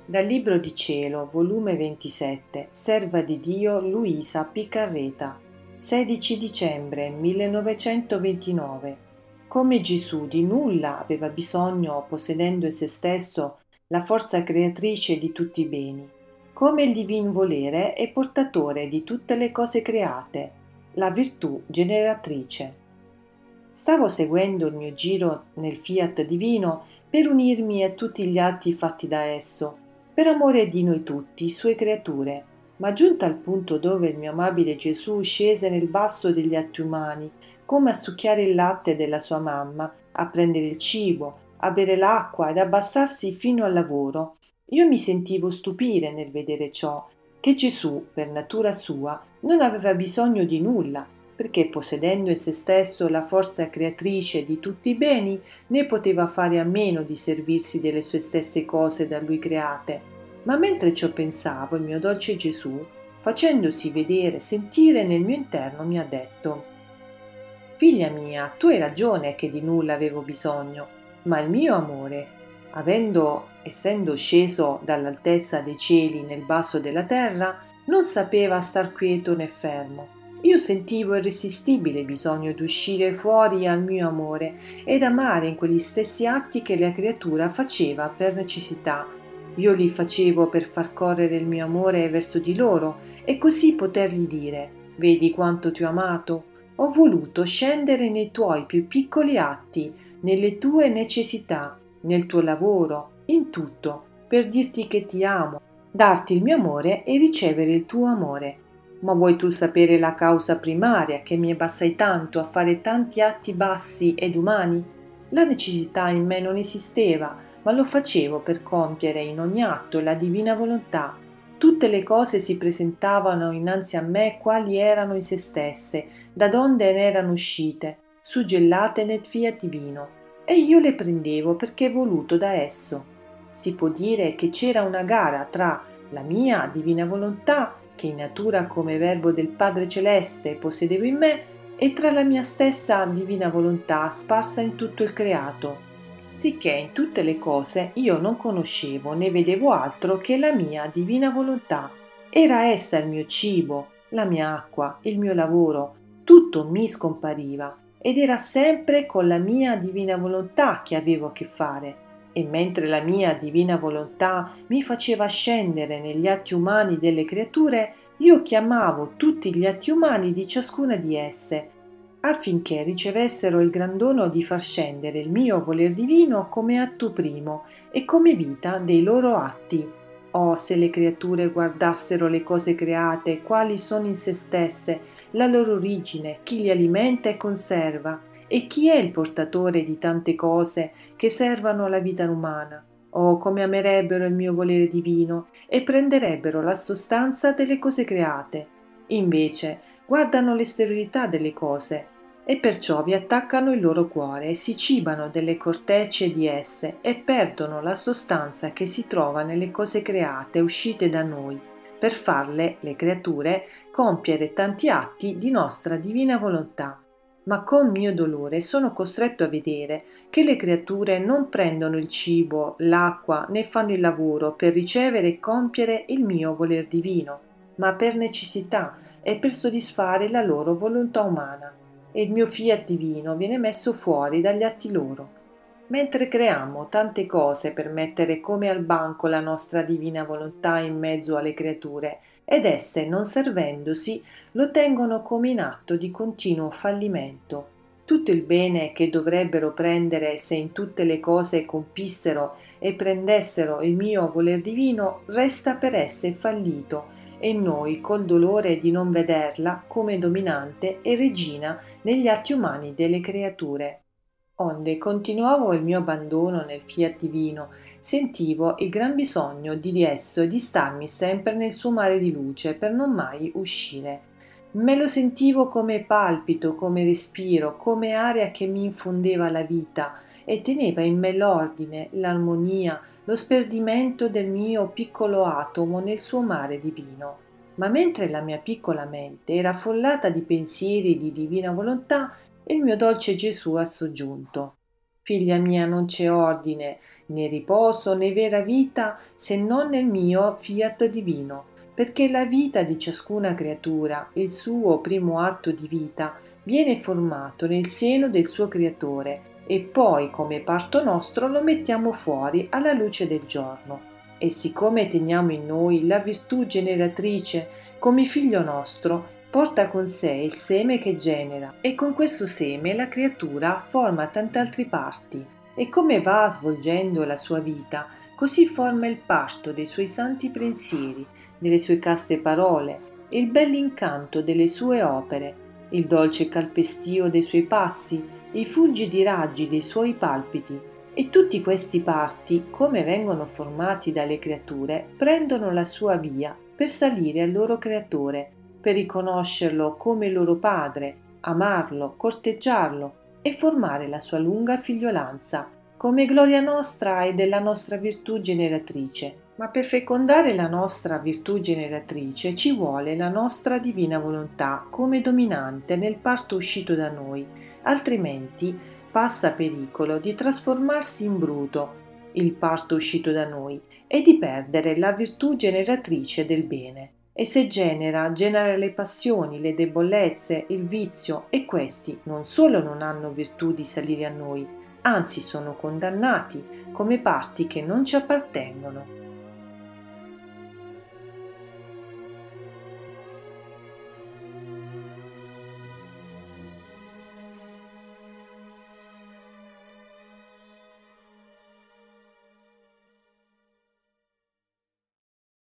Dal Libro di Cielo, volume 27, Serva di Dio Luisa Piccarreta, 16 dicembre 1929. Come Gesù di nulla aveva bisogno, possedendo in se stesso la forza creatrice di tutti i beni, come il divin volere è portatore di tutte le cose create, la virtù generatrice. Stavo seguendo il mio giro nel fiat divino per unirmi a tutti gli atti fatti da esso, per amore di noi tutti, sue creature, ma giunta al punto dove il mio amabile Gesù scese nel basso degli atti umani, come a succhiare il latte della sua mamma, a prendere il cibo, a bere l'acqua ed abbassarsi fino al lavoro, io mi sentivo stupire nel vedere ciò, che Gesù, per natura sua, non aveva bisogno di nulla, perché possedendo in se stesso la forza creatrice di tutti i beni, né poteva fare a meno di servirsi delle sue stesse cose da lui create. Ma mentre ciò pensavo, il mio dolce Gesù, facendosi vedere, sentire nel mio interno, mi ha detto: Figlia mia, tu hai ragione che di nulla avevo bisogno, ma il mio amore, essendo sceso dall'altezza dei cieli nel basso della terra, non sapeva star quieto né fermo. Io sentivo irresistibile bisogno d'uscire fuori al mio amore ed amare in quegli stessi atti che la creatura faceva per necessità. Io li facevo per far correre il mio amore verso di loro e così potergli dire: vedi quanto ti ho amato? Ho voluto scendere nei tuoi più piccoli atti, nelle tue necessità, nel tuo lavoro, in tutto, per dirti che ti amo, darti il mio amore e ricevere il tuo amore. Ma vuoi tu sapere la causa primaria che mi abbassai tanto a fare tanti atti bassi ed umani? La necessità in me non esisteva, ma lo facevo per compiere in ogni atto la divina volontà. Tutte le cose si presentavano innanzi a me quali erano in se stesse, da donde ne erano uscite, suggellate nel fiat divino, e io le prendevo perché voluto da esso. Si può dire che c'era una gara tra la mia divina volontà, che in natura come verbo del Padre Celeste possedevo in me, e tra la mia stessa divina volontà sparsa in tutto il creato, sicché in tutte le cose io non conoscevo né vedevo altro che la mia divina volontà. Era essa il mio cibo, la mia acqua, il mio lavoro, tutto mi scompariva ed era sempre con la mia divina volontà che avevo a che fare. E mentre la mia divina volontà mi faceva scendere negli atti umani delle creature, io chiamavo tutti gli atti umani di ciascuna di esse, affinché ricevessero il gran dono di far scendere il mio voler divino come atto primo e come vita dei loro atti. Oh, se le creature guardassero le cose create, quali sono in se stesse, la loro origine, chi li alimenta e conserva, e chi è il portatore di tante cose che servano alla vita umana. Oh, come amerebbero il mio volere divino e prenderebbero la sostanza delle cose create. Invece, guardano l'esteriorità delle cose e perciò vi attaccano il loro cuore e si cibano delle cortecce di esse e perdono la sostanza che si trova nelle cose create uscite da noi, per farle, le creature, compiere tanti atti di nostra divina volontà. Ma con mio dolore sono costretto a vedere che le creature non prendono il cibo, l'acqua, né fanno il lavoro per ricevere e compiere il mio voler divino, ma per necessità e per soddisfare la loro volontà umana, e il mio fiat divino viene messo fuori dagli atti loro. Mentre creiamo tante cose per mettere come al banco la nostra divina volontà in mezzo alle creature, ed esse, non servendosi, lo tengono come in atto di continuo fallimento. Tutto il bene che dovrebbero prendere se in tutte le cose compissero e prendessero il mio voler divino resta per esse fallito, e noi col dolore di non vederla come dominante e regina negli atti umani delle creature. Onde continuavo il mio abbandono nel fiat divino, sentivo il gran bisogno di esso e di starmi sempre nel suo mare di luce per non mai uscire. Me lo sentivo come palpito, come respiro, come aria che mi infondeva la vita e teneva in me l'ordine, l'armonia, lo sperdimento del mio piccolo atomo nel suo mare divino. Ma mentre la mia piccola mente era affollata di pensieri di divina volontà, il mio dolce Gesù ha soggiunto: Figlia mia, non c'è ordine, né riposo, né vera vita, se non nel mio fiat divino, perché la vita di ciascuna creatura, il suo primo atto di vita, viene formato nel seno del suo creatore e poi, come parto nostro, lo mettiamo fuori alla luce del giorno. E siccome teniamo in noi la virtù generatrice come figlio nostro, porta con sé il seme che genera e con questo seme la creatura forma tante altre parti e come va svolgendo la sua vita, così forma il parto dei suoi santi pensieri, delle sue caste parole, il bell'incanto delle sue opere, il dolce calpestio dei suoi passi, i fulgidi raggi dei suoi palpiti. E tutti questi parti, come vengono formati dalle creature, prendono la sua via per salire al loro creatore, per riconoscerlo come loro padre, amarlo, corteggiarlo e formare la sua lunga figliolanza, come gloria nostra e della nostra virtù generatrice. Ma per fecondare la nostra virtù generatrice ci vuole la nostra divina volontà come dominante nel parto uscito da noi, altrimenti passa pericolo di trasformarsi in bruto il parto uscito da noi e di perdere la virtù generatrice del bene. E se genera le passioni, le debolezze, il vizio, e questi non solo non hanno virtù di salire a noi, anzi sono condannati come parti che non ci appartengono.